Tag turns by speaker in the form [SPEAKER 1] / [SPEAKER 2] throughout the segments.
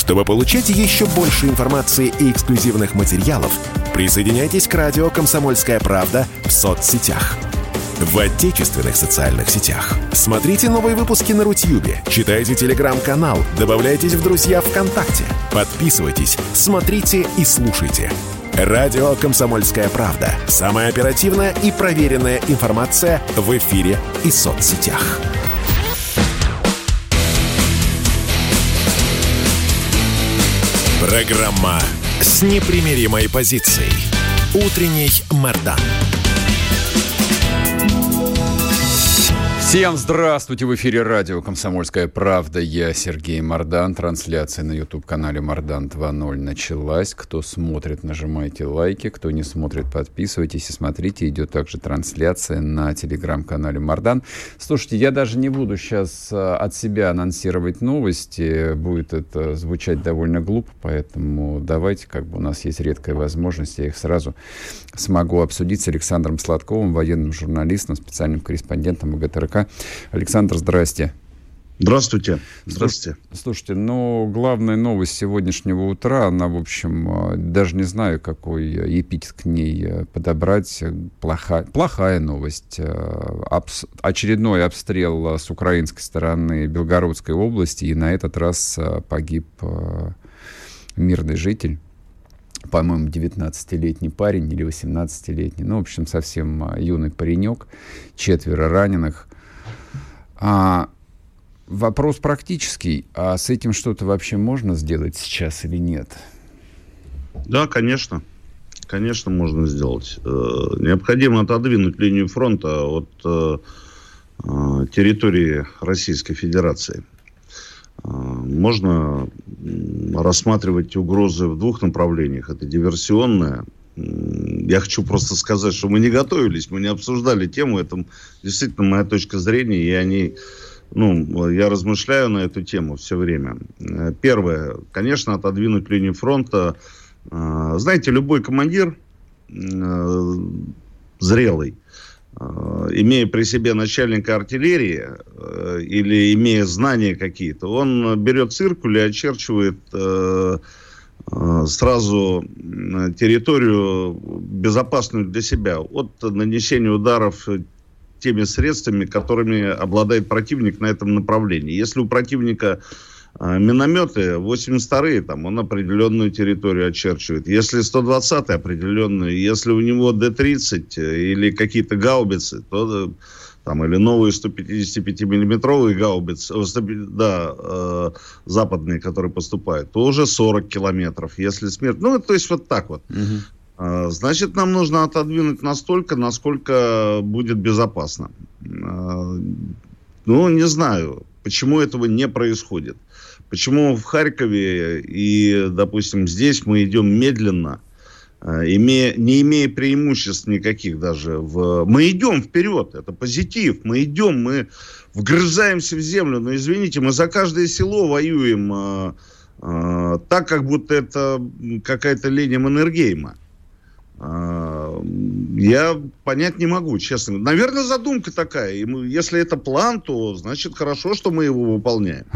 [SPEAKER 1] Чтобы получать еще больше информации и эксклюзивных материалов, присоединяйтесь к радио «Комсомольская правда» в соцсетях. В отечественных социальных сетях. Смотрите новые выпуски на Рутьюбе, читайте телеграм-канал, добавляйтесь в друзья ВКонтакте, подписывайтесь, смотрите и слушайте. Радио «Комсомольская правда». Самая оперативная и проверенная информация в эфире и соцсетях. Программа с непримиримой позицией. Утренний Мардан.
[SPEAKER 2] Всем здравствуйте! В эфире радио «Комсомольская правда». Я Сергей Мардан. Трансляция на YouTube-канале «Мардан 2.0» началась. Кто смотрит, нажимайте лайки. Кто не смотрит, подписывайтесь и смотрите. Идет также трансляция на телеграм-канале «Мардан». Слушайте, я даже не буду сейчас от себя анонсировать новости. Будет это звучать довольно глупо, поэтому давайте, у нас есть редкая возможность, я их сразу смогу обсудить с Александром Сладковым, военным журналистом, специальным корреспондентом МГТРК. Александр, здрасте.
[SPEAKER 3] Здравствуйте. Здравствуйте.
[SPEAKER 2] Слушайте, главная новость сегодняшнего утра, она, в общем, даже не знаю, какой эпитет к ней подобрать. Плохая новость. Очередной обстрел с украинской стороны Белгородской области, и на этот раз погиб мирный житель. По-моему, 19-летний парень или 18-летний. В общем, совсем юный паренек. 4 раненых. Вопрос практический. А с этим что-то вообще можно сделать сейчас или нет?
[SPEAKER 3] Да, конечно. Конечно, можно сделать. Необходимо отодвинуть линию фронта от территории Российской Федерации. Можно рассматривать угрозы в двух направлениях. Это диверсионная. Я хочу просто сказать, что мы не готовились, мы не обсуждали тему. Это действительно моя точка зрения, и я размышляю на эту тему все время. Первое, конечно, отодвинуть линию фронта. Знаете, любой командир зрелый, имея при себе начальника артиллерии или имея знания какие-то, он берет циркуль и очерчивает сразу территорию безопасную для себя от нанесения ударов теми средствами, которыми обладает противник на этом направлении. Если у противника минометы 82-е, он определенную территорию очерчивает. Если 120-й определенную, если у него Д-30 или какие-то гаубицы, то или новые 155-миллиметровые гаубицы, западные, которые поступают, то уже 40 километров. Если смерть... то есть вот так вот. Угу. Значит, нам нужно отодвинуть настолько, насколько будет безопасно. Не знаю, почему этого не происходит. Почему в Харькове и, допустим, здесь мы идем медленно, не имея преимуществ никаких даже. Мы идем вперед, это позитив. Мы идем, мы вгрызаемся в землю. Но, извините, мы за каждое село воюем так, как будто это какая-то линия Маннергейма. Я понять не могу, честно. Наверное, задумка такая. И если это план, то значит хорошо, что мы его выполняем.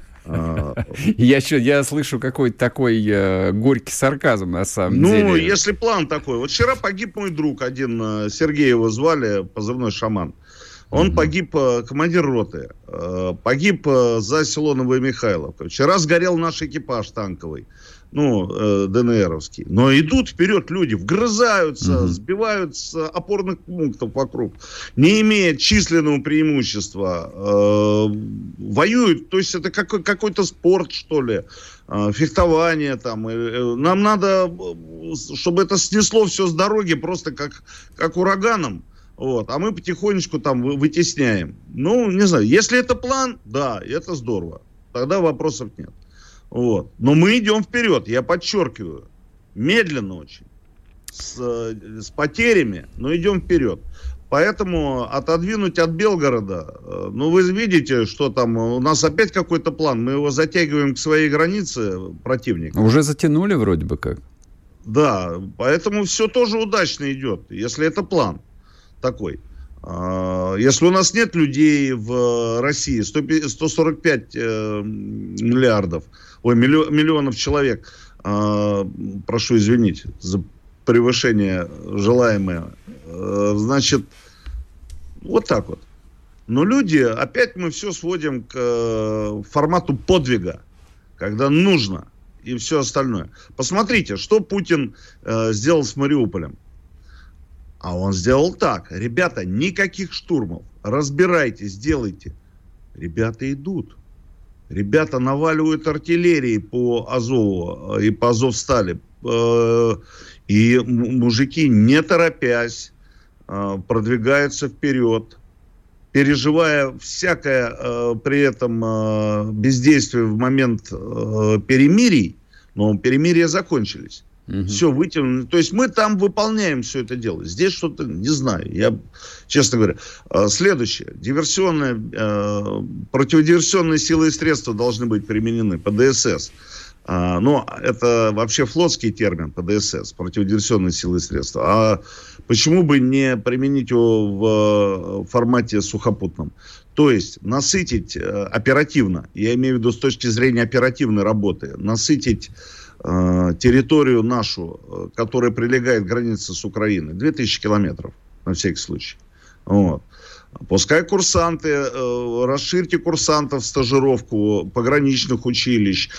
[SPEAKER 2] Я слышу какой-то такой горький сарказм, на самом деле.
[SPEAKER 3] Если план такой. Вот вчера погиб мой друг один, Сергей его звали, позывной «Шаман». Он погиб, командир роты. Погиб за село Новомихайловка. Вчера сгорел наш экипаж танковый. ДНРовский. Но идут вперед люди, вгрызаются, сбивают с опорных пунктов вокруг, не имея численного преимущества, воюют. То есть это какой-то спорт, что ли, фехтование там. Нам надо, чтобы это снесло все с дороги просто как ураганом. А мы потихонечку вытесняем. Не знаю, если это план, да, это здорово. Тогда вопросов нет. Но мы идем вперед, я подчеркиваю. Медленно очень. С потерями, но идем вперед. Поэтому отодвинуть от Белгорода, вы видите, что там у нас опять какой-то план. Мы его затягиваем к своей границе противника.
[SPEAKER 2] Уже затянули вроде бы как.
[SPEAKER 3] Да, поэтому все тоже удачно идет, если это план такой. Если у нас нет людей в России, 145 миллионов человек, прошу извинить за превышение желаемое, значит, вот так вот. Но люди, опять мы все сводим к формату подвига, когда нужно, и все остальное. Посмотрите, что Путин сделал с Мариуполем. А он сделал так. Ребята, никаких штурмов. Разбирайтесь, делайте. Ребята идут. Ребята наваливают артиллерией по Азову и по Азовстали. И мужики, не торопясь, продвигаются вперед, переживая всякое при этом бездействие в момент перемирий. Но перемирия закончились. Все вытянули. То есть мы там выполняем все это дело. Здесь что-то, не знаю, я, честно говоря. Следующее. Противодиверсионные силы и средства должны быть применены, ПДСС. Но это вообще флотский термин, ПДСС, противодиверсионные силы и средства. А почему бы не применить его в формате сухопутном? То есть насытить оперативно, я имею в виду с точки зрения оперативной работы, насытить территорию нашу, которая прилегает к границе с Украиной, 2000 километров, на всякий случай. Вот. Пускай курсанты, расширьте курсантов стажировку пограничных училищ,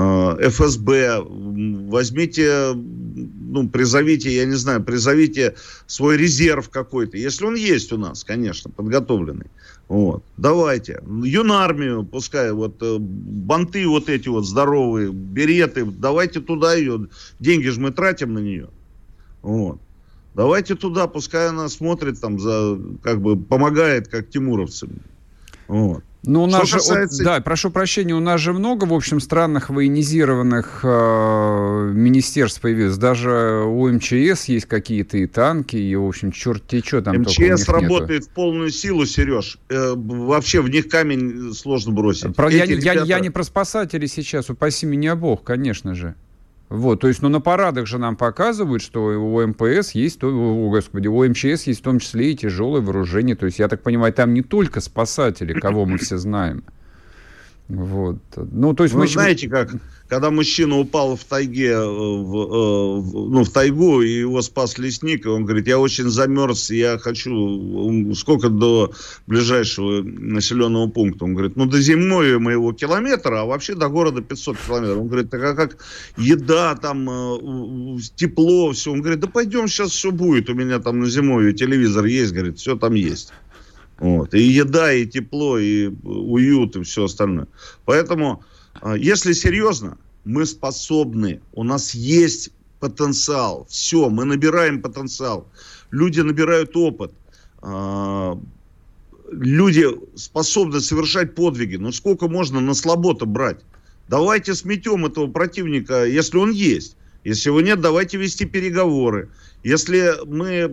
[SPEAKER 3] ФСБ, возьмите, призовите, я не знаю, призовите свой резерв какой-то, если он есть у нас, конечно, подготовленный. Вот. Давайте. Юнармию, пускай, банты вот эти вот здоровые, береты, давайте туда ее, деньги же мы тратим на нее. Вот. Давайте туда, пускай она смотрит там помогает, как тимуровцам. Вот.
[SPEAKER 2] Ну, у нас прошу прощения, у нас же много, в общем, странных военизированных министерств появилось. Даже у МЧС есть какие-то и танки, и, в общем, черт-те что там только у них
[SPEAKER 3] МЧС работает в полную силу, Сереж. Вообще в них камень сложно бросить.
[SPEAKER 2] Я не про спасателей сейчас, упаси меня Бог, конечно же. Вот, то есть, на парадах же нам показывают, что у МПС есть, у МЧС есть в том числе и тяжелое вооружение. То есть, я так понимаю, там не только спасатели, кого мы все знаем. Вот. То есть
[SPEAKER 3] знаете, как, когда мужчина упал в тайге, в тайгу, и его спас лесник, и он говорит, я очень замерз, я хочу, сколько до ближайшего населенного пункта? Он говорит, до зимой моего километра, а вообще до города 500 километров. Он говорит, так а как еда, там, тепло, все. Он говорит, да пойдем, сейчас все будет, у меня там на зимой телевизор есть, говорит, все там есть. Вот. И еда, и тепло, и уют, и все остальное. Поэтому, если серьезно, мы способны, у нас есть потенциал. Все, мы набираем потенциал. Люди набирают опыт. Люди способны совершать подвиги. Но сколько можно на слабо-то брать? Давайте сметем этого противника, если он есть. Если его нет, давайте вести переговоры. Если мы...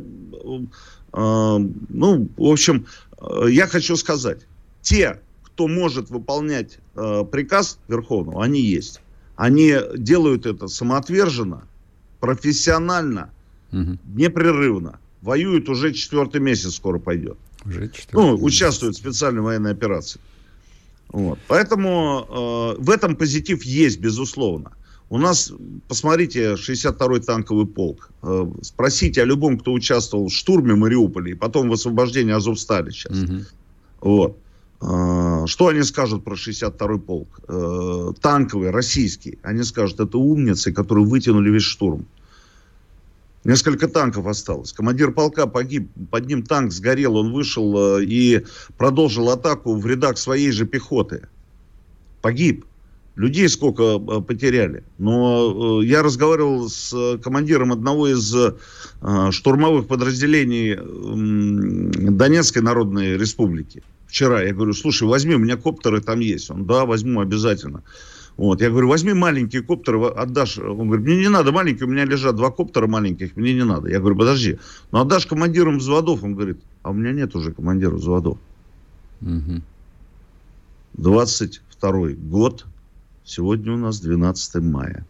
[SPEAKER 3] в общем... Я хочу сказать, те, кто может выполнять приказ Верховного, они есть. Они делают это самоотверженно, профессионально, непрерывно. Воюют уже 4-й месяц, скоро пойдет. Участвуют в специальной военной операции. Вот. Поэтому в этом позитив есть, безусловно. У нас, посмотрите, 62-й танковый полк. Спросите о любом, кто участвовал в штурме Мариуполя и потом в освобождении Азовстали сейчас. Вот. Что они скажут про 62-й полк? Танковый, российский. Они скажут, это умницы, которые вытянули весь штурм. Несколько танков осталось. Командир полка погиб, под ним танк сгорел, он вышел и продолжил атаку в рядах своей же пехоты. Погиб. Людей сколько потеряли. Но я разговаривал с командиром одного из штурмовых подразделений Донецкой Народной Республики. Вчера я говорю, слушай, возьми, у меня коптеры там есть. Он, да, возьму обязательно. Вот. Я говорю, возьми маленькие коптеры, отдашь. Он говорит, мне не надо маленькие, у меня лежат 2 коптера маленьких, мне не надо. Я говорю, подожди, отдашь командирам взводов? Он говорит, а у меня нет уже командира взводов. 22-й год. Сегодня у нас 12 мая.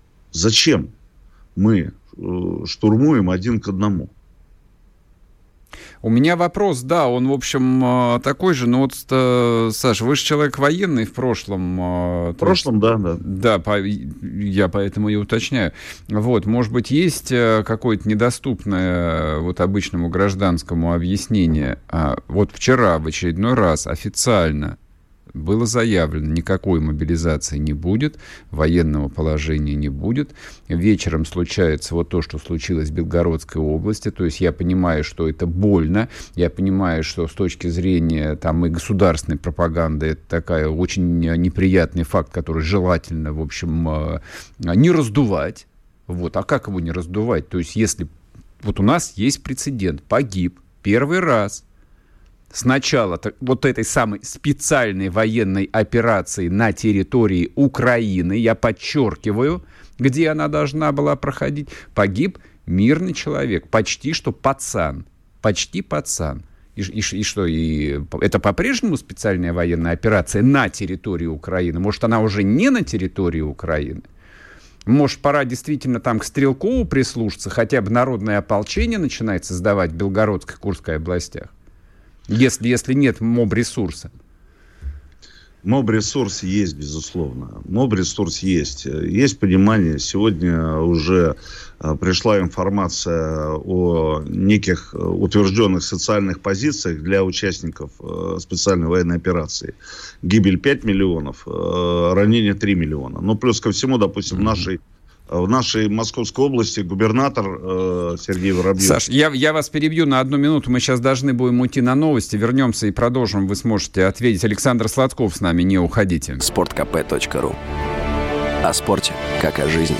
[SPEAKER 3] Зачем мы штурмуем 1 к 1?
[SPEAKER 2] У меня вопрос, да, он, в общем, такой же, но вот, Саша, вы же человек военный в прошлом.
[SPEAKER 3] В прошлом, да.
[SPEAKER 2] Да, я поэтому и уточняю. Вот, может быть, есть какое-то недоступное вот обычному гражданскому объяснение. Вот вчера в очередной раз официально было заявлено, никакой мобилизации не будет, военного положения не будет. Вечером случается вот то, что случилось в Белгородской области. То есть я понимаю, что это больно. Я понимаю, что с точки зрения там и государственной пропаганды это такая очень неприятный факт, который желательно, в общем, не раздувать. Вот. А как его не раздувать? То есть если вот у нас есть прецедент, погиб первый раз с начала вот этой самой специальной военной операции на территории Украины, я подчеркиваю, где она должна была проходить, погиб мирный человек, почти что пацан. Почти пацан. И что, и это по-прежнему специальная военная операция на территории Украины? Может, она уже не на территории Украины? Может, пора действительно там к Стрелкову прислушаться, хотя бы народное ополчение начинает создавать в Белгородской, Курской областях? Если нет моб-ресурса.
[SPEAKER 3] Моб-ресурс есть, безусловно. Моб-ресурс есть. Есть понимание. Сегодня уже пришла информация о неких утвержденных социальных позициях для участников специальной военной операции. Гибель 5 миллионов, ранение 3 миллиона. Ну, плюс ко всему, допустим, в нашей Московской области губернатор Сергей Воробьев.
[SPEAKER 2] Саш, я вас перебью на 1 минуту. Мы сейчас должны будем уйти на новости. Вернемся и продолжим. Вы сможете ответить. Александр Сладков с нами. Не уходите.
[SPEAKER 4] sportkp.ru. О спорте, как о жизни.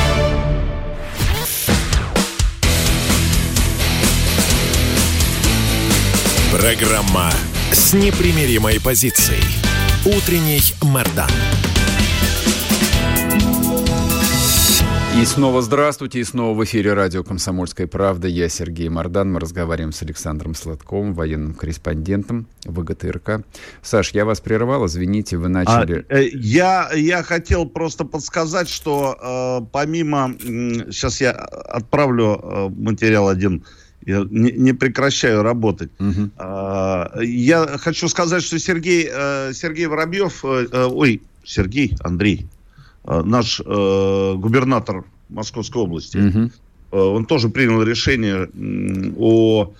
[SPEAKER 1] Программа с непримиримой позицией. Утренний Мардан.
[SPEAKER 2] И снова здравствуйте, и снова в эфире радио «Комсомольская правда». Я Сергей Мардан. Мы разговариваем с Александром Сладковым, военным корреспондентом ВГТРК. Саш, я вас прервал, извините, вы начали...
[SPEAKER 3] Я хотел просто подсказать, что помимо... Сейчас я отправлю материал один... Я не прекращаю работать. Я хочу сказать, что Сергей Воробьев... Андрей... наш губернатор Московской области, он тоже принял решение о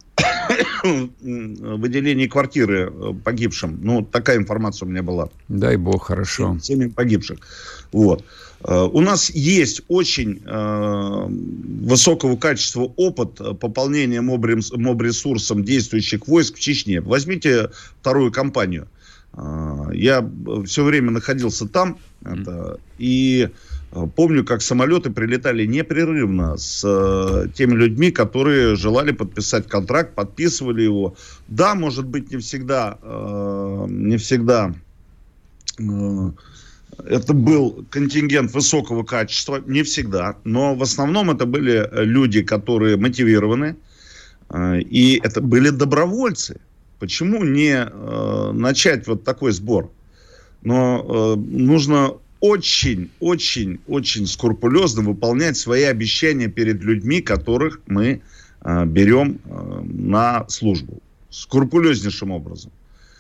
[SPEAKER 3] выделении квартиры погибшим. Ну, такая информация у меня была.
[SPEAKER 2] Дай бог, хорошо.
[SPEAKER 3] Семьям погибших. Вот. У нас есть очень высокого качества опыт пополнения моб-ресурсом действующих войск в Чечне. Возьмите вторую кампанию. Я все время находился там, и помню, как самолеты прилетали непрерывно с теми людьми, которые желали подписать контракт, подписывали его. Да, может быть, не всегда это был контингент высокого качества, не всегда, но в основном это были люди, которые мотивированы, и это были добровольцы. Почему не начать вот такой сбор? Но нужно очень скрупулезно выполнять свои обещания перед людьми, которых мы берем на службу. Скрупулезнейшим образом.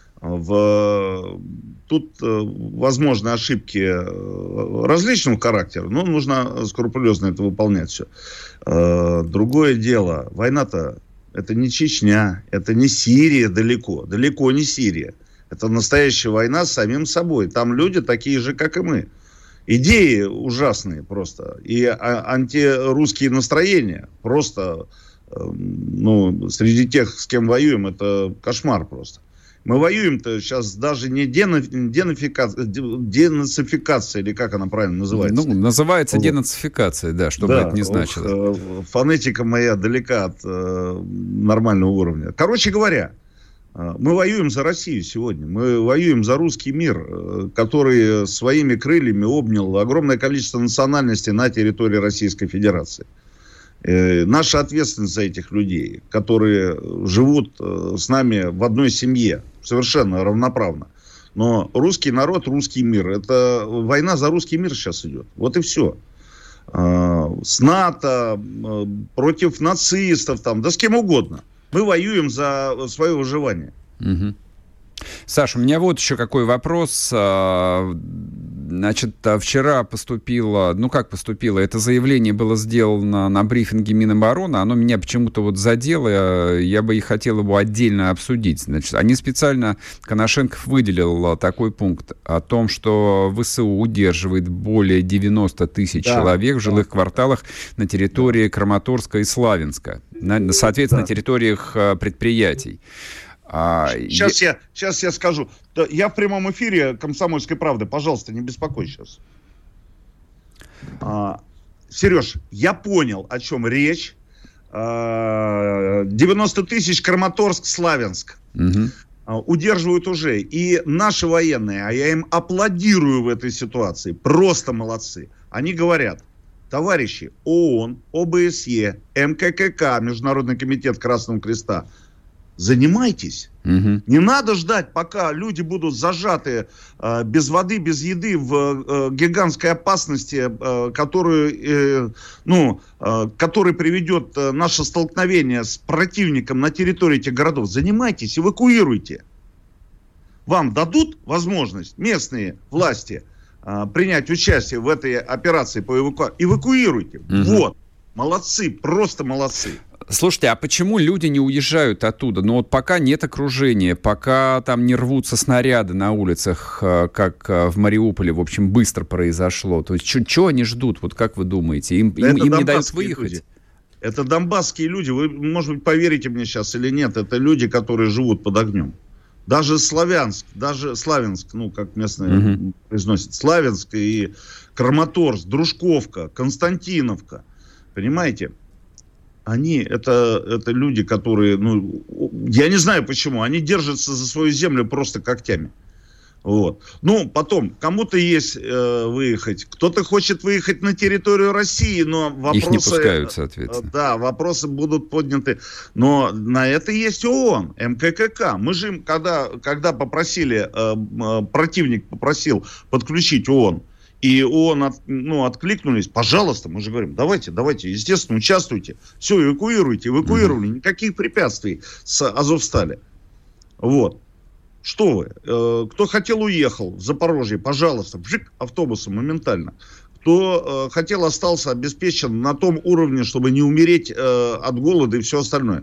[SPEAKER 3] Тут возможны ошибки различного характера, но нужно скрупулезно это выполнять все. Другое дело, война-то это не Чечня, это не Сирия далеко не Сирия. Это настоящая война с самим собой. Там люди такие же, как и мы. Идеи ужасные просто. И антирусские настроения просто, среди тех, с кем воюем, это кошмар просто. Мы воюем-то сейчас даже не денацификация, или как она правильно называется?
[SPEAKER 2] Называется денацификация, да, что бы это ни значило.
[SPEAKER 3] Фонетика моя далека от нормального уровня. Короче говоря, мы воюем за Россию сегодня. Мы воюем за русский мир, который своими крыльями обнял огромное количество национальностей на территории Российской Федерации. Наша ответственность за этих людей, которые живут с нами в одной семье, совершенно равноправно. Но русский народ, русский мир, это война за русский мир сейчас идет. Вот и все. С НАТО, против нацистов, да с кем угодно. Мы воюем за свое выживание.
[SPEAKER 2] Угу. Саша, у меня вот еще какой вопрос. Значит, вчера поступило, это заявление было сделано на брифинге Минобороны, оно меня почему-то вот задело, я бы и хотел его отдельно обсудить. Значит, они специально, Коношенков выделил такой пункт о том, что ВСУ удерживает более 90 тысяч человек в жилых кварталах на территории Краматорска и Славянска, соответственно, на территориях предприятий.
[SPEAKER 3] Сейчас я скажу. Я в прямом эфире «Комсомольской правды». Пожалуйста, не беспокой сейчас. Сереж, я понял, о чем речь. 90 тысяч Краматорск, Славянск. Угу. Удерживают уже. И наши военные, а я им аплодирую в этой ситуации, просто молодцы. Они говорят: товарищи, ООН, ОБСЕ, МККК, Международный комитет Красного Креста, занимайтесь. Угу. Не надо ждать, пока люди будут зажаты без воды, без еды в гигантской опасности, который приведет наше столкновение с противником на территории этих городов. Занимайтесь, эвакуируйте. Вам дадут возможность местные власти принять участие в этой операции по эвакуации. Эвакуируйте. Угу. Вот. Молодцы, просто молодцы.
[SPEAKER 2] Слушайте, а почему люди не уезжают оттуда? Ну вот пока нет окружения, пока там не рвутся снаряды на улицах, как в Мариуполе, в общем, быстро произошло. То есть что они ждут? Вот как вы думаете? Им не дают выехать?
[SPEAKER 3] Люди. Это донбасские люди. Вы, может быть, поверите мне сейчас или нет, это люди, которые живут под огнем. Даже Славянск, как местные произносят, Славянск и Краматорск, Дружковка, Константиновка. Понимаете? Это люди, которые, я не знаю почему, они держатся за свою землю просто когтями. Вот. Потом, кому-то есть выехать, кто-то хочет выехать на территорию России, но вопросы...
[SPEAKER 2] Их не пускают, соответственно.
[SPEAKER 3] Да, вопросы будут подняты, но на это есть ООН, МККК. Мы же им, когда попросили, противник попросил подключить ООН, и ООН откликнулись, пожалуйста, мы же говорим, давайте, естественно, участвуйте, все, эвакуировали, никаких препятствий с Азовстали. Вот. Что вы? Кто хотел, уехал в Запорожье, пожалуйста, вжик, автобусом моментально. Кто хотел, остался обеспечен на том уровне, чтобы не умереть от голода и все остальное.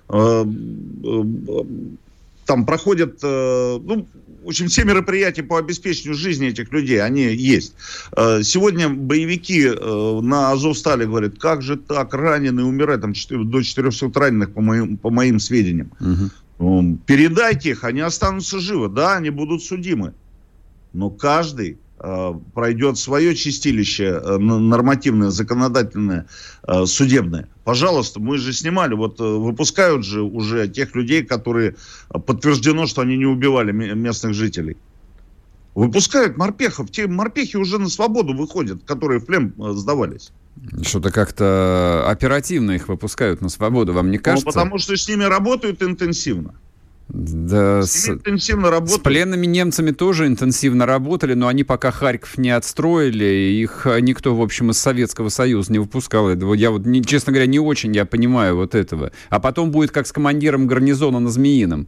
[SPEAKER 3] Там проходят, в общем, все мероприятия по обеспечению жизни этих людей, они есть. Сегодня боевики на Азовстале говорят, как же так, раненые умирают, там до 400 раненых, по моим сведениям. Угу. Передайте их, они останутся живы, да, они будут судимы. Но каждый пройдет свое чистилище нормативное, законодательное, судебное. Пожалуйста, мы же снимали, выпускают же уже тех людей, которые подтверждено, что они не убивали местных жителей. Выпускают морпехов. Те морпехи уже на свободу выходят, которые в плен сдавались.
[SPEAKER 2] Что-то как-то оперативно их выпускают на свободу, вам не кажется?
[SPEAKER 3] Потому что с ними работают интенсивно.
[SPEAKER 2] Да,
[SPEAKER 3] интенсивно работали.
[SPEAKER 2] С пленными немцами тоже интенсивно работали, но они пока Харьков не отстроили, их никто, в общем, из Советского Союза не выпускал. Я честно говоря, не очень я понимаю вот этого. А потом будет как с командиром гарнизона на Змеином.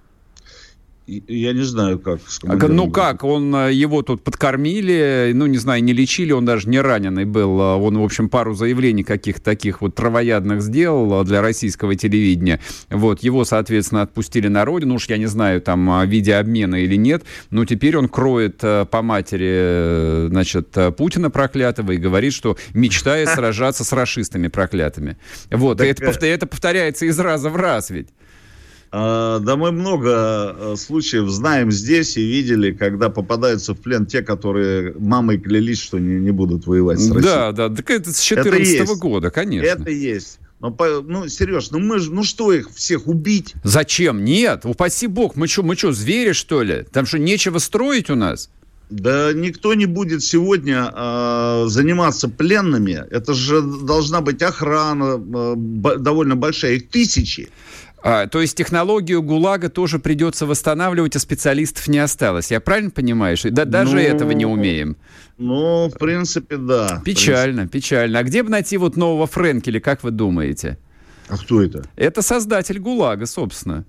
[SPEAKER 3] Я не знаю, как.
[SPEAKER 2] Его тут подкормили, не знаю, не лечили, он даже не раненый был. Он, в общем, пару заявлений каких-то таких травоядных сделал для российского телевидения. Его, соответственно, отпустили на родину. Уж я не знаю, там, в виде обмена или нет. Но теперь он кроет по матери, Путина проклятого и говорит, что мечтает сражаться с рашистами проклятыми. Это повторяется из раза в раз ведь.
[SPEAKER 3] Да, мы много случаев знаем здесь и видели, когда попадаются в плен те, которые мамой клялись, что не будут воевать с Россией. Да,
[SPEAKER 2] так это с 2014 года, конечно.
[SPEAKER 3] Это есть. Сереж, что их всех убить?
[SPEAKER 2] Зачем? Нет, упаси бог, мы что, звери, что ли? Там что, нечего строить у нас?
[SPEAKER 3] Да никто не будет сегодня заниматься пленными. Это же должна быть охрана довольно большая, их тысячи.
[SPEAKER 2] То есть технологию ГУЛАГа тоже придется восстанавливать, а специалистов не осталось. Я правильно понимаю? Даже этого не умеем.
[SPEAKER 3] В принципе, да.
[SPEAKER 2] Печально. А где бы найти нового Френкеля, как вы думаете?
[SPEAKER 3] А кто это?
[SPEAKER 2] Это создатель ГУЛАГа, собственно.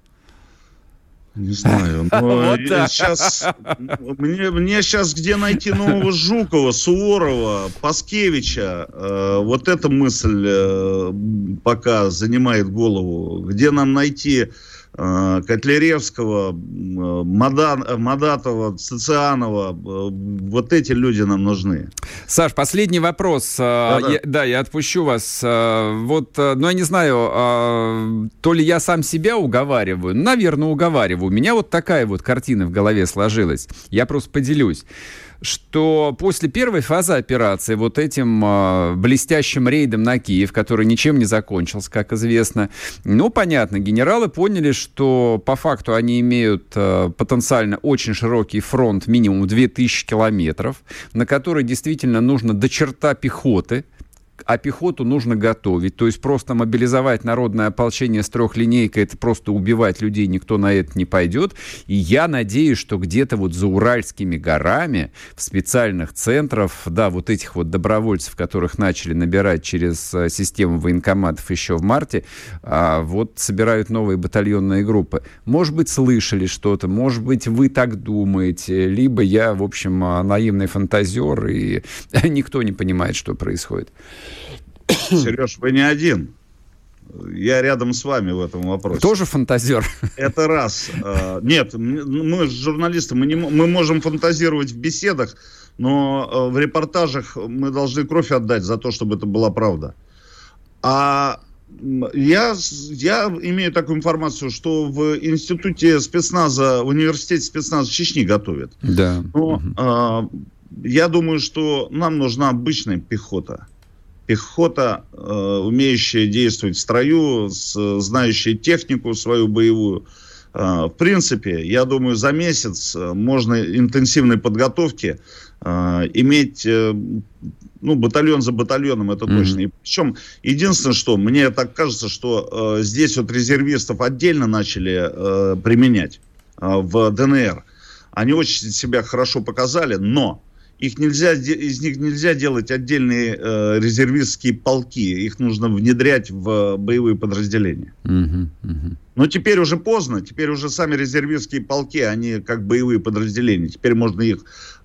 [SPEAKER 3] Не знаю. Но сейчас, мне сейчас где найти нового Жукова, Суворова, Паскевича? Вот эта мысль пока занимает голову. Где нам найти Котляревского, Мадатова, Цицианова? Вот эти люди нам нужны.
[SPEAKER 2] Саш, последний вопрос. Я отпущу вас. Вот, я не знаю, то ли я сам себя уговариваю, наверное, уговариваю. У меня вот такая вот картина в голове сложилась. Я просто поделюсь, что после первой фазы операции, вот этим блестящим рейдом на Киев, который ничем не закончился, как известно, понятно, генералы поняли, что по факту они имеют потенциально очень широкий фронт, минимум 2000 километров, на который действительно нужно до черта пехоты, а пехоту нужно готовить. То есть просто мобилизовать народное ополчение с трехлинейкой, это просто убивать людей, никто на это не пойдет. И я надеюсь, что где-то вот за Уральскими горами, в специальных центрах, вот этих вот добровольцев, которых начали набирать через систему военкоматов еще в марте, собирают новые батальонные группы. Может быть, слышали что-то, может быть, вы так думаете, либо я, в общем, наивный фантазер, и никто не понимает, что происходит.
[SPEAKER 3] Сереж, вы не один. Я рядом с вами в этом вопросе.
[SPEAKER 2] Тоже фантазер?
[SPEAKER 3] Это раз. Нет, мы журналисты, мы можем фантазировать в беседах, но в репортажах мы должны кровь отдать за то, чтобы это была правда. А я имею такую информацию, что в институте спецназа, в университете спецназа Чечни готовят.
[SPEAKER 2] Да.
[SPEAKER 3] Но я думаю, что нам нужна обычная пехота. Пехота, умеющая действовать в строю, знающая технику свою боевую. В принципе, я думаю, за месяц можно интенсивной подготовки иметь батальон за батальоном, это точно. И причем, единственное, что мне так кажется, что здесь вот резервистов отдельно начали применять в ДНР. Они очень себя хорошо показали, но из них нельзя делать отдельные резервистские полки. Их нужно внедрять в боевые подразделения. Но теперь уже поздно. Теперь уже сами резервистские полки, они как боевые подразделения. Теперь можно их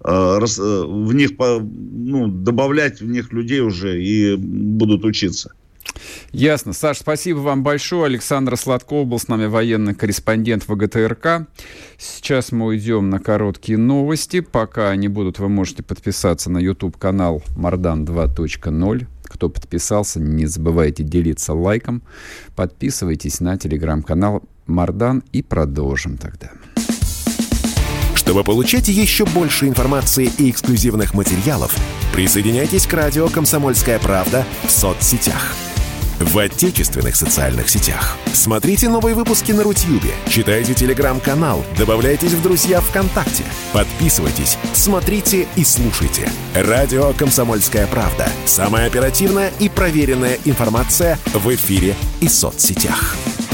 [SPEAKER 3] добавлять в них людей уже и будут учиться.
[SPEAKER 2] Ясно. Саш, спасибо вам большое. Александр Сладков был с нами, военный корреспондент ВГТРК. Сейчас мы уйдем на короткие новости. Пока они будут, вы можете подписаться на YouTube-канал Мардан 2.0. Кто подписался, не забывайте делиться лайком. Подписывайтесь на телеграм-канал Мардан и продолжим тогда.
[SPEAKER 1] Чтобы получать еще больше информации и эксклюзивных материалов, присоединяйтесь к радио «Комсомольская правда» в соцсетях. В отечественных социальных сетях. Смотрите новые выпуски на Рутьюбе, читайте телеграм-канал, добавляйтесь в друзья ВКонтакте, подписывайтесь, смотрите и слушайте. Радио «Комсомольская правда». Самая оперативная и проверенная информация в эфире и соцсетях.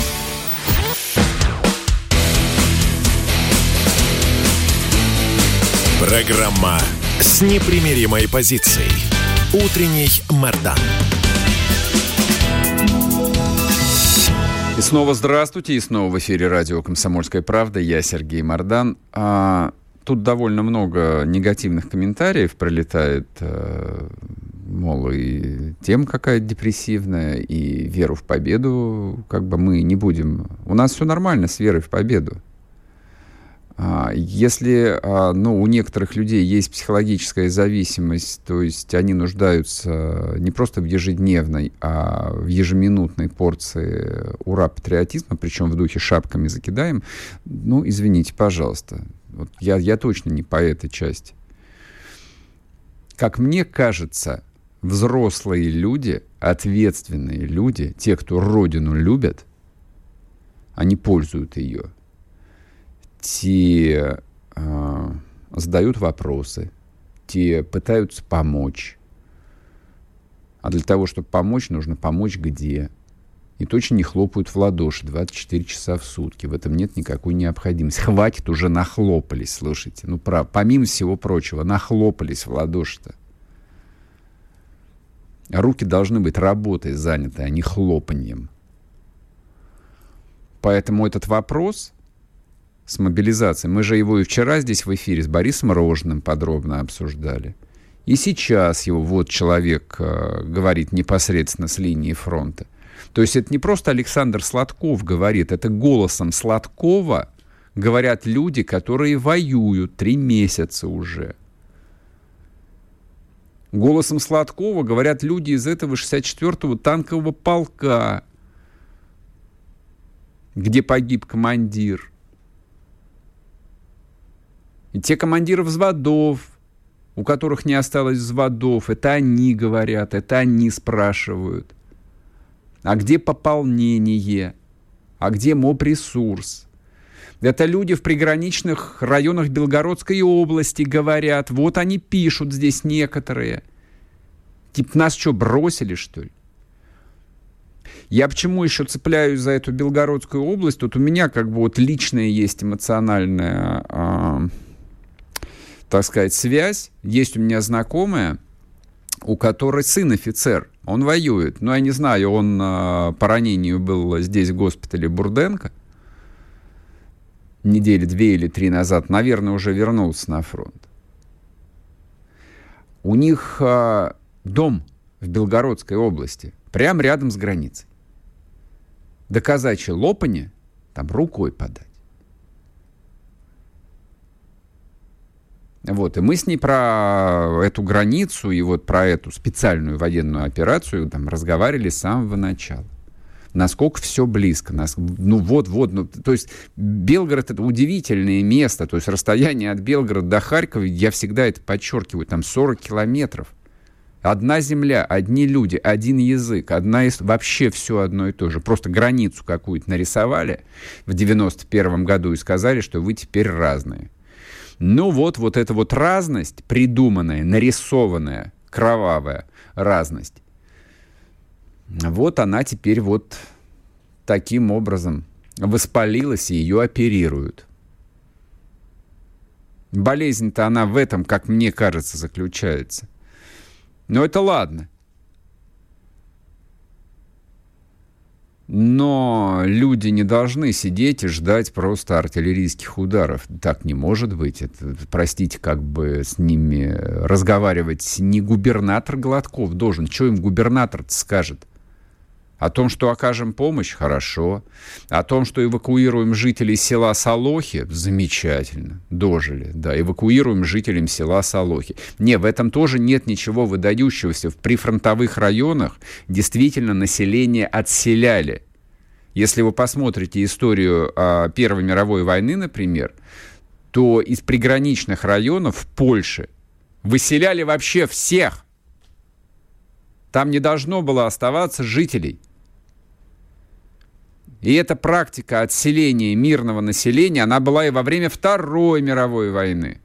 [SPEAKER 1] Программа с непримиримой позицией. Утренний Мардан.
[SPEAKER 2] И снова здравствуйте, и снова в эфире радио «Комсомольская правда». Я Сергей Мардан. Тут довольно много негативных комментариев пролетает, мол, и тема какая-то депрессивная, и веру в победу мы не будем. У нас все нормально с верой в победу. Если у некоторых людей есть психологическая зависимость, то есть они нуждаются не просто в ежедневной, а в ежеминутной порции ура-патриотизма, причем в духе шапками закидаем, извините, пожалуйста. Вот я точно не по этой части. Как мне кажется, взрослые люди, ответственные люди, те, кто Родину любят, они пользуют ее. Те задают вопросы, те пытаются помочь. А для того, чтобы помочь, нужно помочь где? И точно не хлопают в ладоши 24 часа в сутки. В этом нет никакой необходимости. Хватит, уже нахлопались, слушайте. Помимо всего прочего, нахлопались в ладоши-то. Руки должны быть работой заняты, а не хлопаньем. Поэтому этот вопрос с мобилизацией, мы же его и вчера здесь в эфире с Борисом Рожным подробно обсуждали. И сейчас его вот человек говорит непосредственно с линии фронта. То есть это не просто Александр Сладков говорит, это голосом Сладкова говорят люди, которые воюют 3 месяца уже. Голосом Сладкова говорят люди из этого 64-го танкового полка, где погиб командир. И те командиры взводов, у которых не осталось взводов, это они говорят, это они спрашивают. А где пополнение? А где мобресурс? Это люди в приграничных районах Белгородской области говорят. Вот они пишут здесь некоторые. Типа нас что, бросили, что ли? Я почему еще цепляюсь за эту Белгородскую область? Тут у меня как бы вот личная есть эмоциональная, так сказать, связь. Есть у меня знакомая, у которой сын офицер. Он воюет. Ну, я не знаю, он по ранению был здесь в госпитале Бурденко. Недели 2 или 3 назад. Наверное, уже вернулся на фронт. У них дом в Белгородской области. Прямо рядом с границей. До казачьей Лопани там рукой подать. Вот, и мы с ней про эту границу и вот про эту специальную военную операцию там разговаривали с самого начала. Насколько все близко. То есть Белгород — это удивительное место. То есть расстояние от Белгорода до Харькова, я всегда это подчеркиваю, там 40 километров. Одна земля, одни люди, один язык, вообще все одно и то же. Просто границу какую-то нарисовали в 91 году и сказали, что вы теперь разные. Ну вот эта вот разность, придуманная, нарисованная, кровавая разность, вот она теперь вот таким образом воспалилась, и ее оперируют. Болезнь-то она в этом, как мне кажется, заключается. Но это ладно. Но люди не должны сидеть и ждать просто артиллерийских ударов. Так не может быть. Это, простите, как бы с ними разговаривать не губернатор Гладков должен. Что им губернатор-то скажет? О том, что окажем помощь? Хорошо. О том, что эвакуируем жителей села Солохи? Замечательно. Дожили. Да, эвакуируем жителям села Солохи. Не, в этом тоже нет ничего выдающегося. В прифронтовых районах действительно население отселяли. Если вы посмотрите историю Первой мировой войны, например, то из приграничных районов в Польше выселяли вообще всех. Там не должно было оставаться жителей. И эта практика отселения мирного населения, она была и во время Второй мировой войны.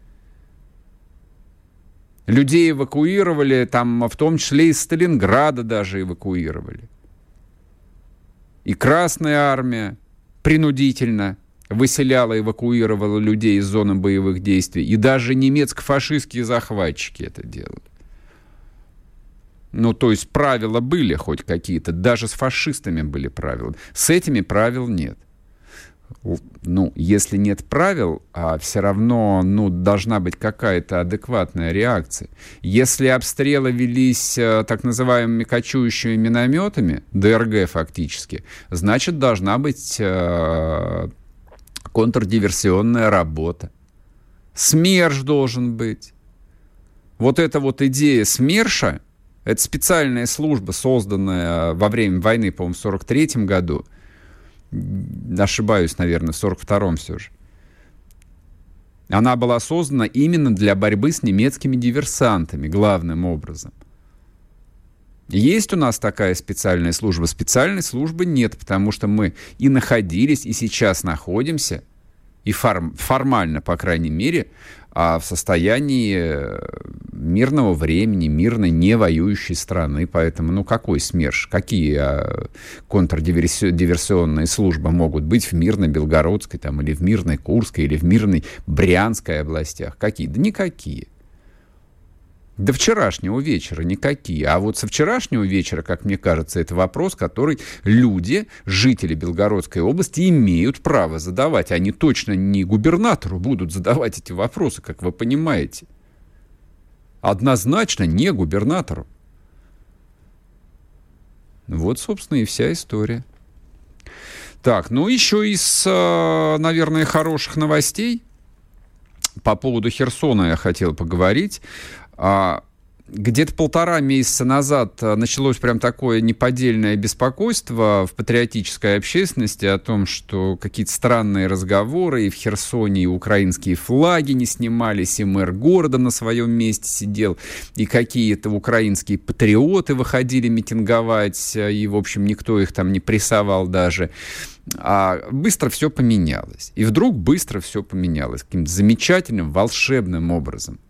[SPEAKER 2] Людей эвакуировали, там, в том числе из Сталинграда даже эвакуировали. И Красная армия принудительно выселяла, эвакуировала людей из зоны боевых действий. И даже немецко-фашистские захватчики это делали. Ну, то есть правила были хоть какие-то, даже с фашистами были правила. С этими правил нет. Ну, если нет правил, все равно, должна быть какая-то адекватная реакция. Если обстрелы велись так называемыми кочующими минометами, ДРГ фактически, значит, должна быть контрдиверсионная работа. СМЕРШ должен быть. Вот эта вот идея СМЕРШа, это специальная служба, созданная во время войны, по-моему, в 1943 году. Ошибаюсь, наверное, в 1942 все же. Она была создана именно для борьбы с немецкими диверсантами, главным образом. Есть у нас такая специальная служба? Специальной службы нет, потому что мы и находились, и сейчас находимся, и формально, по крайней мере, в состоянии мирного времени, мирной, не воюющей страны. Поэтому, какой СМЕРШ? Какие контрдиверсионные службы могут быть в мирной Белгородской, там, или в мирной Курской, или в мирной Брянской областях? Какие? Да никакие. До вчерашнего вечера никакие. А вот со вчерашнего вечера, как мне кажется, это вопрос, который люди, жители Белгородской области, имеют право задавать. Они точно не губернатору будут задавать эти вопросы, как вы понимаете. Однозначно не губернатору. Вот, собственно, и вся история. Так, ну еще из, наверное, хороших новостей. По поводу Херсона я хотел поговорить. Где-то 1,5 месяца назад началось прям такое неподдельное беспокойство в патриотической общественности о том, что какие-то странные разговоры, и в Херсоне и украинские флаги не снимались, и мэр города на своем месте сидел, и какие-то украинские патриоты выходили митинговать, и, в общем, никто их там не прессовал даже. А быстро все поменялось. И вдруг быстро все поменялось каким-то замечательным, волшебным образом.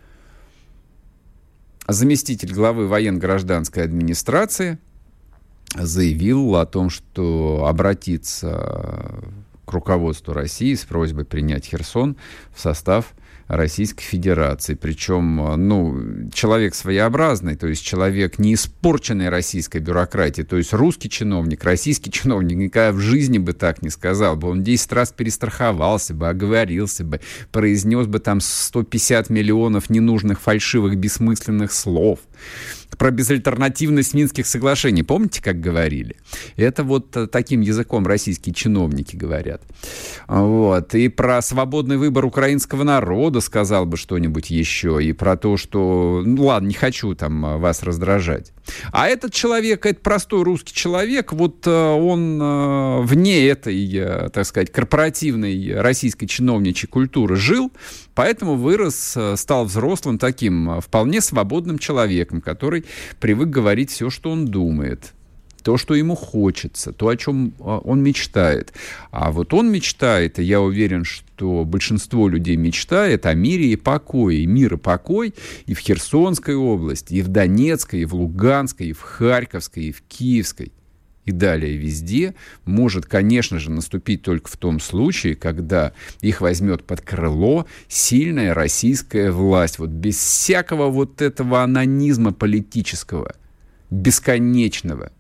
[SPEAKER 2] Заместитель главы военно-гражданской администрации заявил о том, что обратится к руководству России с просьбой принять Херсон в состав Российской Федерации. Причем, человек своеобразный, то есть человек не испорченной российской бюрократии, то есть русский чиновник, российский чиновник никогда в жизни бы так не сказал бы. Он 10 раз перестраховался бы, оговорился бы, произнес бы там 150 миллионов ненужных, фальшивых, бессмысленных слов. Про безальтернативность Минских соглашений. Помните, как говорили? Это вот таким языком российские чиновники говорят. Вот. И про свободный выбор украинского народа сказал бы что-нибудь еще. И про то, что... ладно, не хочу там вас раздражать. А этот человек, этот простой русский человек, вот он вне этой, так сказать, корпоративной российской чиновничьей культуры жил, поэтому вырос, стал взрослым таким вполне свободным человеком, который привык говорить все, что он думает, то, что ему хочется, то, о чем он мечтает. А вот он мечтает, и я уверен, что большинство людей мечтает о мире и покое. И мир и покой и в Херсонской области, и в Донецкой, и в Луганской, и в Харьковской, и в Киевской. И далее везде может, конечно же, наступить только в том случае, когда их возьмет под крыло сильная российская власть. Вот без всякого вот этого анонизма политического, бесконечного,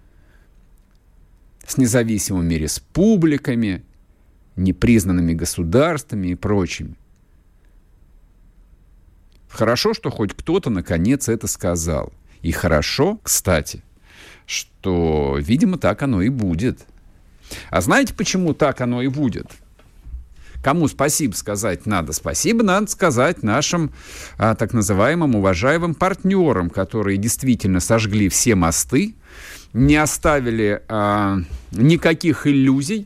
[SPEAKER 2] с независимыми республиками, непризнанными государствами и прочими. Хорошо, что хоть кто-то наконец это сказал. И хорошо, кстати, что, видимо, так оно и будет. А знаете, почему так оно и будет? Кому спасибо сказать надо? Спасибо надо сказать нашим так называемым уважаемым партнерам, которые действительно сожгли все мосты, не оставили никаких иллюзий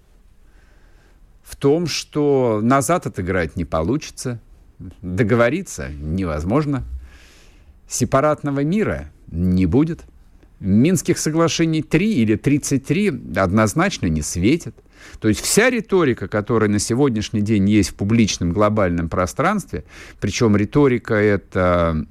[SPEAKER 2] в том, что назад отыграть не получится, договориться невозможно, сепаратного мира не будет. Минских соглашений 3 или 33 однозначно не светит. То есть вся риторика, которая на сегодняшний день есть в публичном глобальном пространстве, причем риторика эта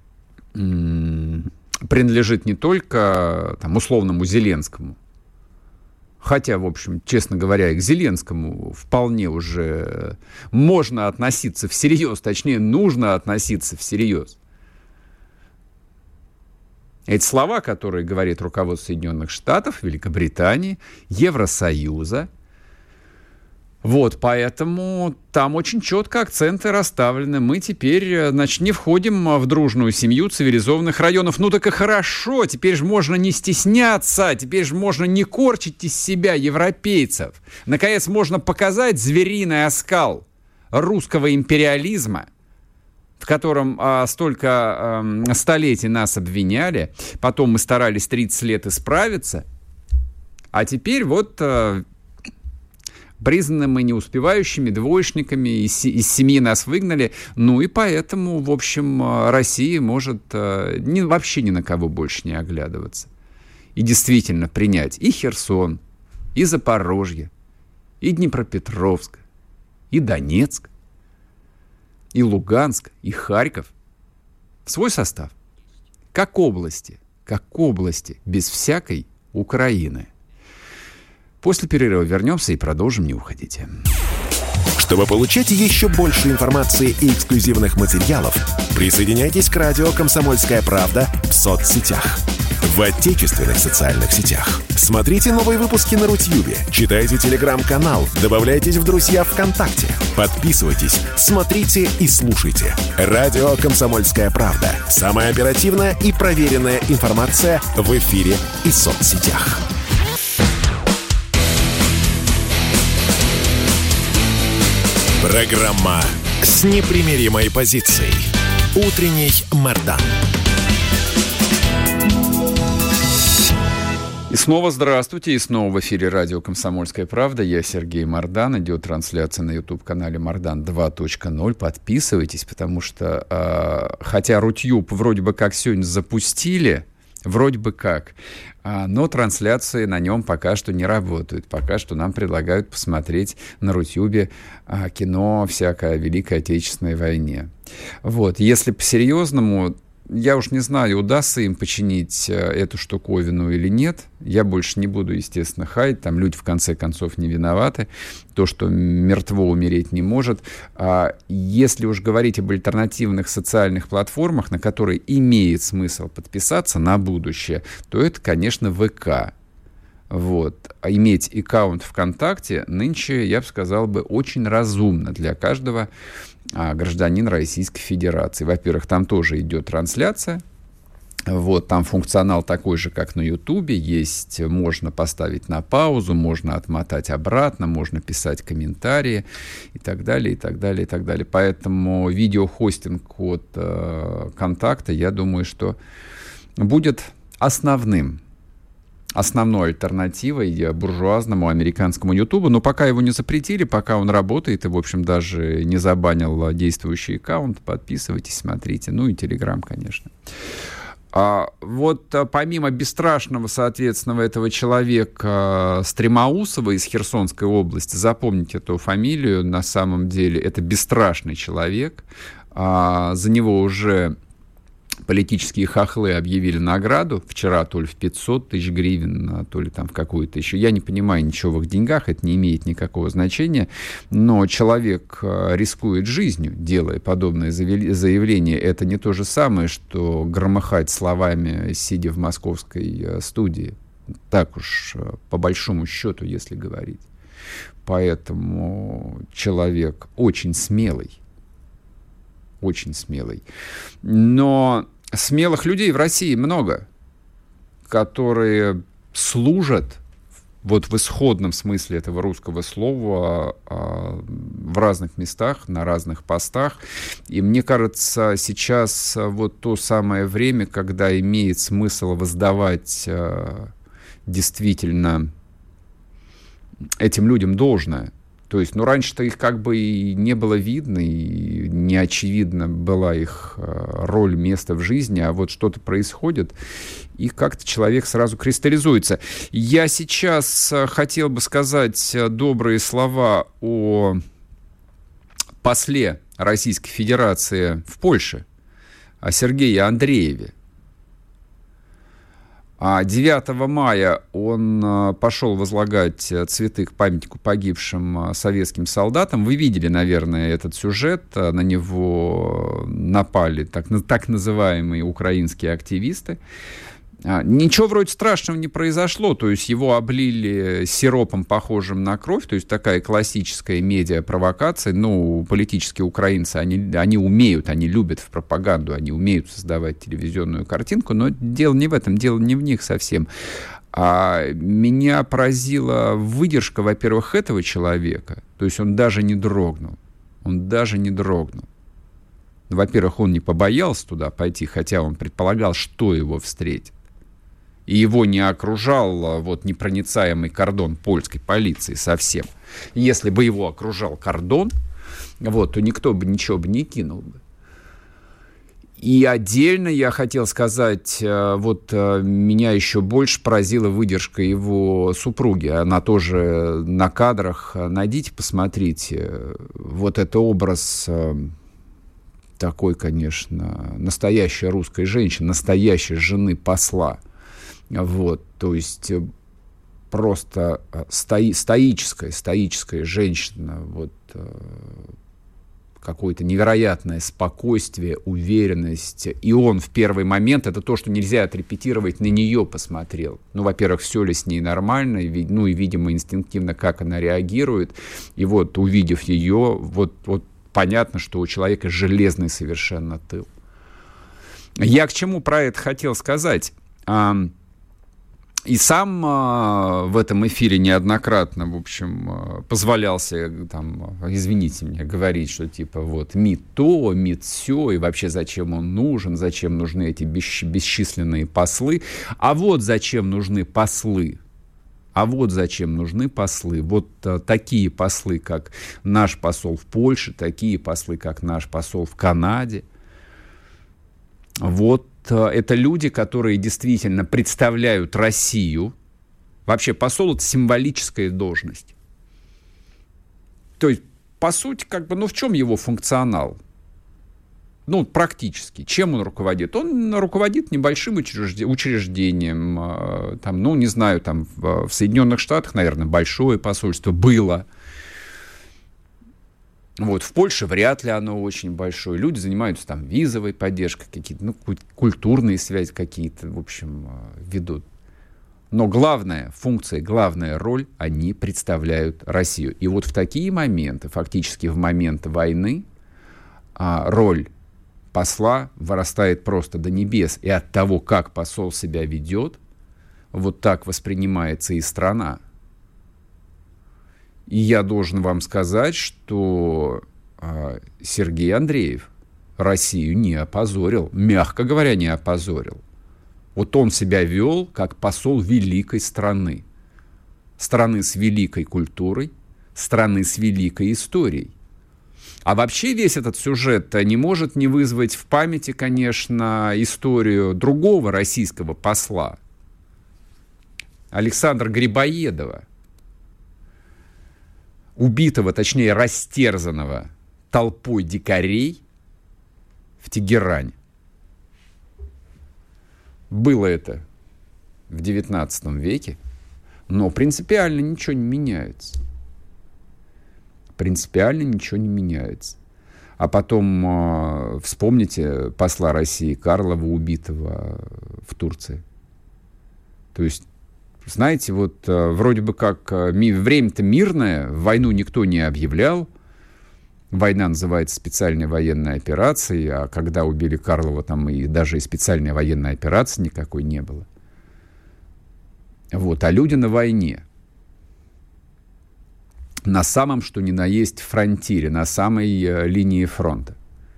[SPEAKER 2] принадлежит не только там, условному Зеленскому, хотя, в общем, честно говоря, и к Зеленскому вполне уже можно относиться всерьез, точнее, нужно относиться всерьез. Эти слова, которые говорит руководство Соединенных Штатов, Великобритании, Евросоюза. Вот, поэтому там очень четко акценты расставлены. Мы теперь, значит, не входим в дружную семью цивилизованных районов. Ну так и хорошо, теперь же можно не стесняться, теперь же можно не корчить из себя европейцев. Наконец, можно показать звериный оскал русского империализма, в котором столько столетий нас обвиняли, потом мы старались 30 лет исправиться, а теперь вот признаны мы неуспевающими, двоечниками, из семьи нас выгнали, ну и поэтому, в общем, Россия может вообще ни на кого больше не оглядываться. И действительно принять и Херсон, и Запорожье, и Днепропетровск, и Донецк, и Луганск, и Харьков в свой состав, как области, без всякой Украины. После перерыва вернемся и продолжим, не уходите.
[SPEAKER 1] Чтобы получать еще больше информации и эксклюзивных материалов, присоединяйтесь к радио «Комсомольская правда» в соцсетях. В отечественных социальных сетях. Смотрите новые выпуски на Рутьюбе, читайте телеграм-канал, добавляйтесь в друзья ВКонтакте, подписывайтесь, смотрите и слушайте. Радио «Комсомольская правда». Самая оперативная и проверенная информация в эфире и соцсетях. Программа с непримиримой позицией. Утренний Мардан.
[SPEAKER 2] И снова здравствуйте, и снова в эфире радио «Комсомольская правда». Я Сергей Мардан, идет трансляция на YouTube-канале Мардан 2.0. Подписывайтесь, потому что, хотя Рутьюб вроде бы как сегодня запустили, вроде бы как, но трансляции на нем пока что не работают. Пока что нам предлагают посмотреть на Рутьюбе кино всякое о Великой Отечественной войне. Вот, если по-серьезному... Я уж не знаю, удастся им починить эту штуковину или нет. Я больше не буду, естественно, хаять. Там люди, в конце концов, не виноваты. То, что мертво умереть не может. А если уж говорить об альтернативных социальных платформах, на которые имеет смысл подписаться на будущее, то это, конечно, ВК. Вот. А иметь аккаунт ВКонтакте нынче, я бы сказал, очень разумно для каждого гражданина Российской Федерации. Во-первых, там тоже идет трансляция. Вот, там функционал такой же, как на Ютубе. Есть, можно поставить на паузу, можно отмотать обратно, можно писать комментарии и так далее, и так далее, и так далее. Поэтому видеохостинг от Контакта, я думаю, что будет основной альтернативой буржуазному американскому Ютубу. Но пока его не запретили, пока он работает и, в общем, даже не забанил действующий аккаунт, подписывайтесь, смотрите. Ну и Телеграм, конечно. Вот помимо бесстрашного, соответственно, этого человека Стремоусова из Херсонской области, запомните эту фамилию, на самом деле это бесстрашный человек. За него уже... Политические хохлы объявили награду вчера то ли в 500 тысяч гривен, то ли там в какую-то еще. Я не понимаю ничего в их деньгах, это не имеет никакого значения. Но человек рискует жизнью, делая подобное заявление. Это не то же самое, что громыхать словами, сидя в московской студии. Так уж, по большому счету, если говорить. Поэтому человек очень смелый. Очень смелый. Но смелых людей в России много, которые служат вот в исходном смысле этого русского слова в разных местах, на разных постах. И мне кажется, сейчас вот то самое время, когда имеет смысл воздавать действительно этим людям должное. То есть, раньше-то их как бы и не было видно, и не очевидна была их роль, место в жизни, а вот что-то происходит, и как-то человек сразу кристаллизуется. Я сейчас хотел бы сказать добрые слова о после Российской Федерации в Польше, о Сергее Андрееве. 9 мая он пошел возлагать цветы к памятнику погибшим советским солдатам. Вы видели, наверное, этот сюжет. На него напали так называемые украинские активисты. Ничего вроде страшного не произошло, то есть его облили сиропом, похожим на кровь, то есть такая классическая медиапровокация. Политические украинцы, они умеют, они любят в пропаганду, они умеют создавать телевизионную картинку, но дело не в этом, дело не в них совсем. Меня поразила выдержка, во-первых, этого человека, то есть он даже не дрогнул. Во-первых, он не побоялся туда пойти, хотя он предполагал, что его встретит. И его не окружал непроницаемый кордон польской полиции совсем. Если бы его окружал кордон, то никто бы ничего бы не кинул бы. И отдельно я хотел сказать, меня еще больше поразила выдержка его супруги. Она тоже на кадрах. Найдите, посмотрите. Вот это образ такой, конечно, настоящей русской женщины, настоящей жены посла. То есть просто стоическая женщина, какое-то невероятное спокойствие, уверенность. И он в первый момент, это то, что нельзя отрепетировать, на нее посмотрел. Ну, во-первых, все ли с ней нормально, и, видимо, инстинктивно, как она реагирует. И вот, увидев ее, вот понятно, что у человека железный совершенно тыл. Я к чему про это хотел сказать? И сам в этом эфире неоднократно, в общем, позволялся, там, извините меня, говорить, что типа вот МИД то, МИД сё, и вообще зачем он нужен, зачем нужны эти бесчисленные послы. А вот зачем нужны послы. Вот такие послы, как наш посол в Польше, такие послы, как наш посол в Канаде. Вот это люди, которые действительно представляют Россию. Вообще, посол — это символическая должность. То есть, по сути, в чем его функционал? Ну, практически. Чем он руководит? Он руководит небольшим учреждением. Там, ну, не знаю, там в Соединенных Штатах, наверное, большое посольство было. Вот, в Польше вряд ли оно очень большое. Люди занимаются там визовой поддержкой, какие-то, культурные связи какие-то, в общем, ведут. Но главная функция, главная роль, они представляют Россию. И вот в такие моменты, фактически в момент войны, роль посла вырастает просто до небес. И от того, как посол себя ведет, вот так воспринимается и страна. И я должен вам сказать, что Сергей Андреев Россию не опозорил, мягко говоря, не опозорил. Вот он себя вел как посол великой страны. Страны с великой культурой, страны с великой историей. А вообще весь этот сюжет не может не вызвать в памяти, конечно, историю другого российского посла, Александра Грибоедова, убитого, точнее, растерзанного толпой дикарей в Тегеране. Было это в XIX веке, но принципиально ничего не меняется. А потом вспомните посла России Карлова, убитого в Турции. То есть, знаете, вот вроде бы как время-то мирное, войну никто не объявлял. Война называется специальной военной операцией, а когда убили Карлова, там и даже и специальной военной операции никакой не было. Вот, а люди на войне. На самом, что ни на есть, фронтире, на самой линии фронта.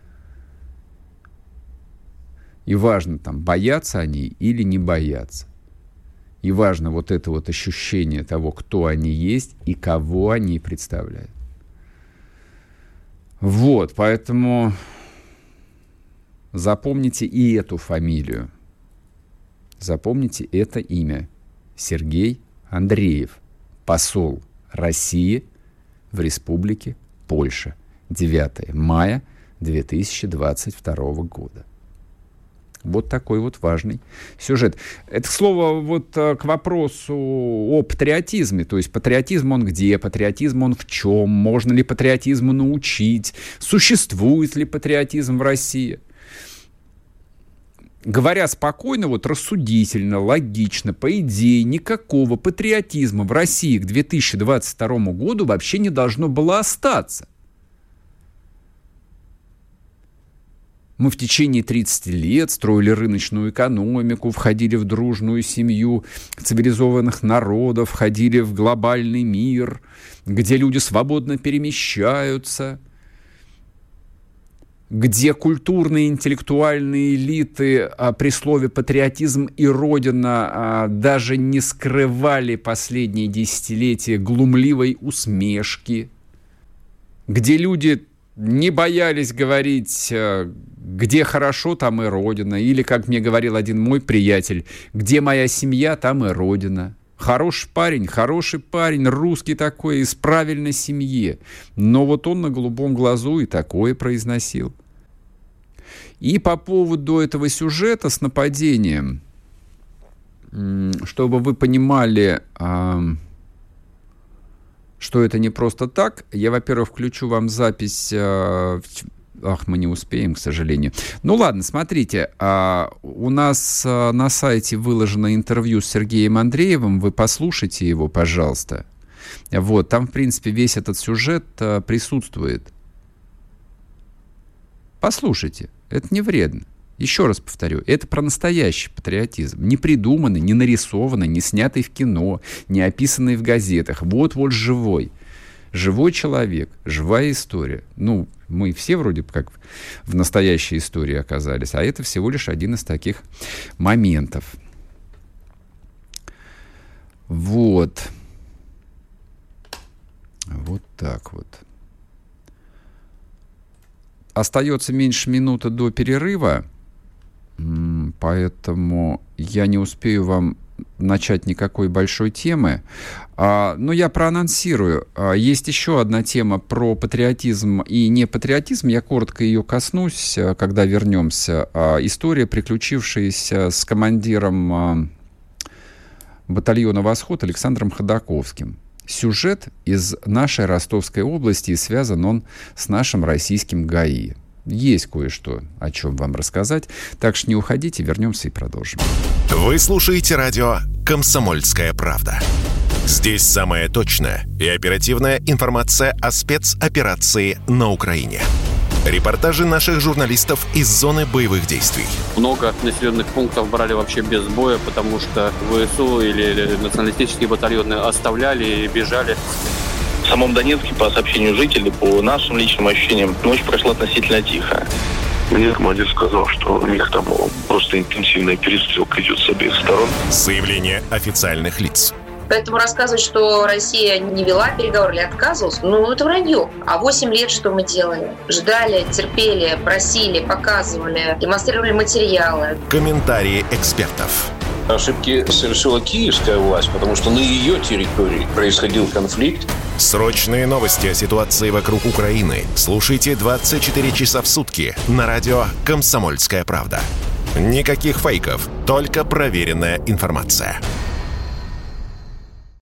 [SPEAKER 2] И важно, там, боятся они или не боятся. И важно вот это вот ощущение того, кто они есть и кого они представляют. Вот, поэтому запомните и эту фамилию. Запомните это имя. Сергей Андреев, посол России в Республике Польша. 9 мая 2022 года. Вот такой вот важный сюжет. Это, к слову, вот к вопросу о патриотизме. То есть патриотизм он где? Патриотизм он в чем? Можно ли патриотизму научить? Существует ли патриотизм в России? Говоря спокойно, вот рассудительно, логично, по идее, никакого патриотизма в России к 2022 году вообще не должно было остаться. Мы в течение 30 лет строили рыночную экономику, входили в дружную семью цивилизованных народов, входили в глобальный мир, где люди свободно перемещаются, где культурные и интеллектуальные элиты при слове «патриотизм» и «Родина» даже не скрывали последние десятилетия глумливой усмешки, где люди не боялись говорить, где хорошо, там и Родина. Или, как мне говорил один мой приятель, где моя семья, там и Родина. Хороший парень, русский такой, из правильной семьи. Но вот он на голубом глазу и такое произносил. И по поводу этого сюжета с нападением, чтобы вы понимали, что это не просто так. Я, во-первых, включу вам запись... мы не успеем, к сожалению. Ну ладно, смотрите, у нас на сайте выложено интервью с Сергеем Андреевым, вы послушайте его, пожалуйста. Вот, там, в принципе, весь этот сюжет присутствует. Послушайте, это не вредно. Еще раз повторю, это про настоящий патриотизм. Не придуманный, не нарисованный, не снятый в кино, не описанный в газетах. Вот-вот живой. Живой человек, живая история. Ну, мы все вроде как в настоящей истории оказались, а это всего лишь один из таких моментов. Вот. Вот так вот. Остается меньше минуты до перерыва, поэтому я не успею вам начать никакой большой темы. Но я проанонсирую. Есть еще одна тема про патриотизм и непатриотизм. Я коротко ее коснусь, когда вернемся. История, приключившаяся с командиром батальона «Восход» Александром Ходаковским. Сюжет из нашей Ростовской области, и связан он с нашим российским ГАИ. Есть кое-что, о чем вам рассказать. Так что не уходите, вернемся и продолжим.
[SPEAKER 1] Вы слушаете радио «Комсомольская правда». Здесь самая точная и оперативная информация о спецоперации на Украине. Репортажи наших журналистов из зоны боевых действий.
[SPEAKER 5] Много населенных пунктов брали вообще без боя, потому что ВСУ или националистические батальоны оставляли и бежали.
[SPEAKER 6] В самом Донецке, по сообщению жителей, по нашим личным ощущениям, ночь прошла относительно тихо.
[SPEAKER 7] Мне командир сказал, что у них там просто интенсивная перестрелка идет с обеих сторон.
[SPEAKER 1] Заявление официальных лиц.
[SPEAKER 8] Поэтому рассказывать, что Россия не вела переговоры или отказывалась, это вранье. А 8 лет что мы делали? Ждали, терпели, просили, показывали, демонстрировали материалы.
[SPEAKER 1] Комментарии экспертов.
[SPEAKER 9] Ошибки совершила киевская власть, потому что на ее территории происходил конфликт.
[SPEAKER 1] Срочные новости о ситуации вокруг Украины слушайте 24 часа в сутки на радио «Комсомольская правда». Никаких фейков, только проверенная информация.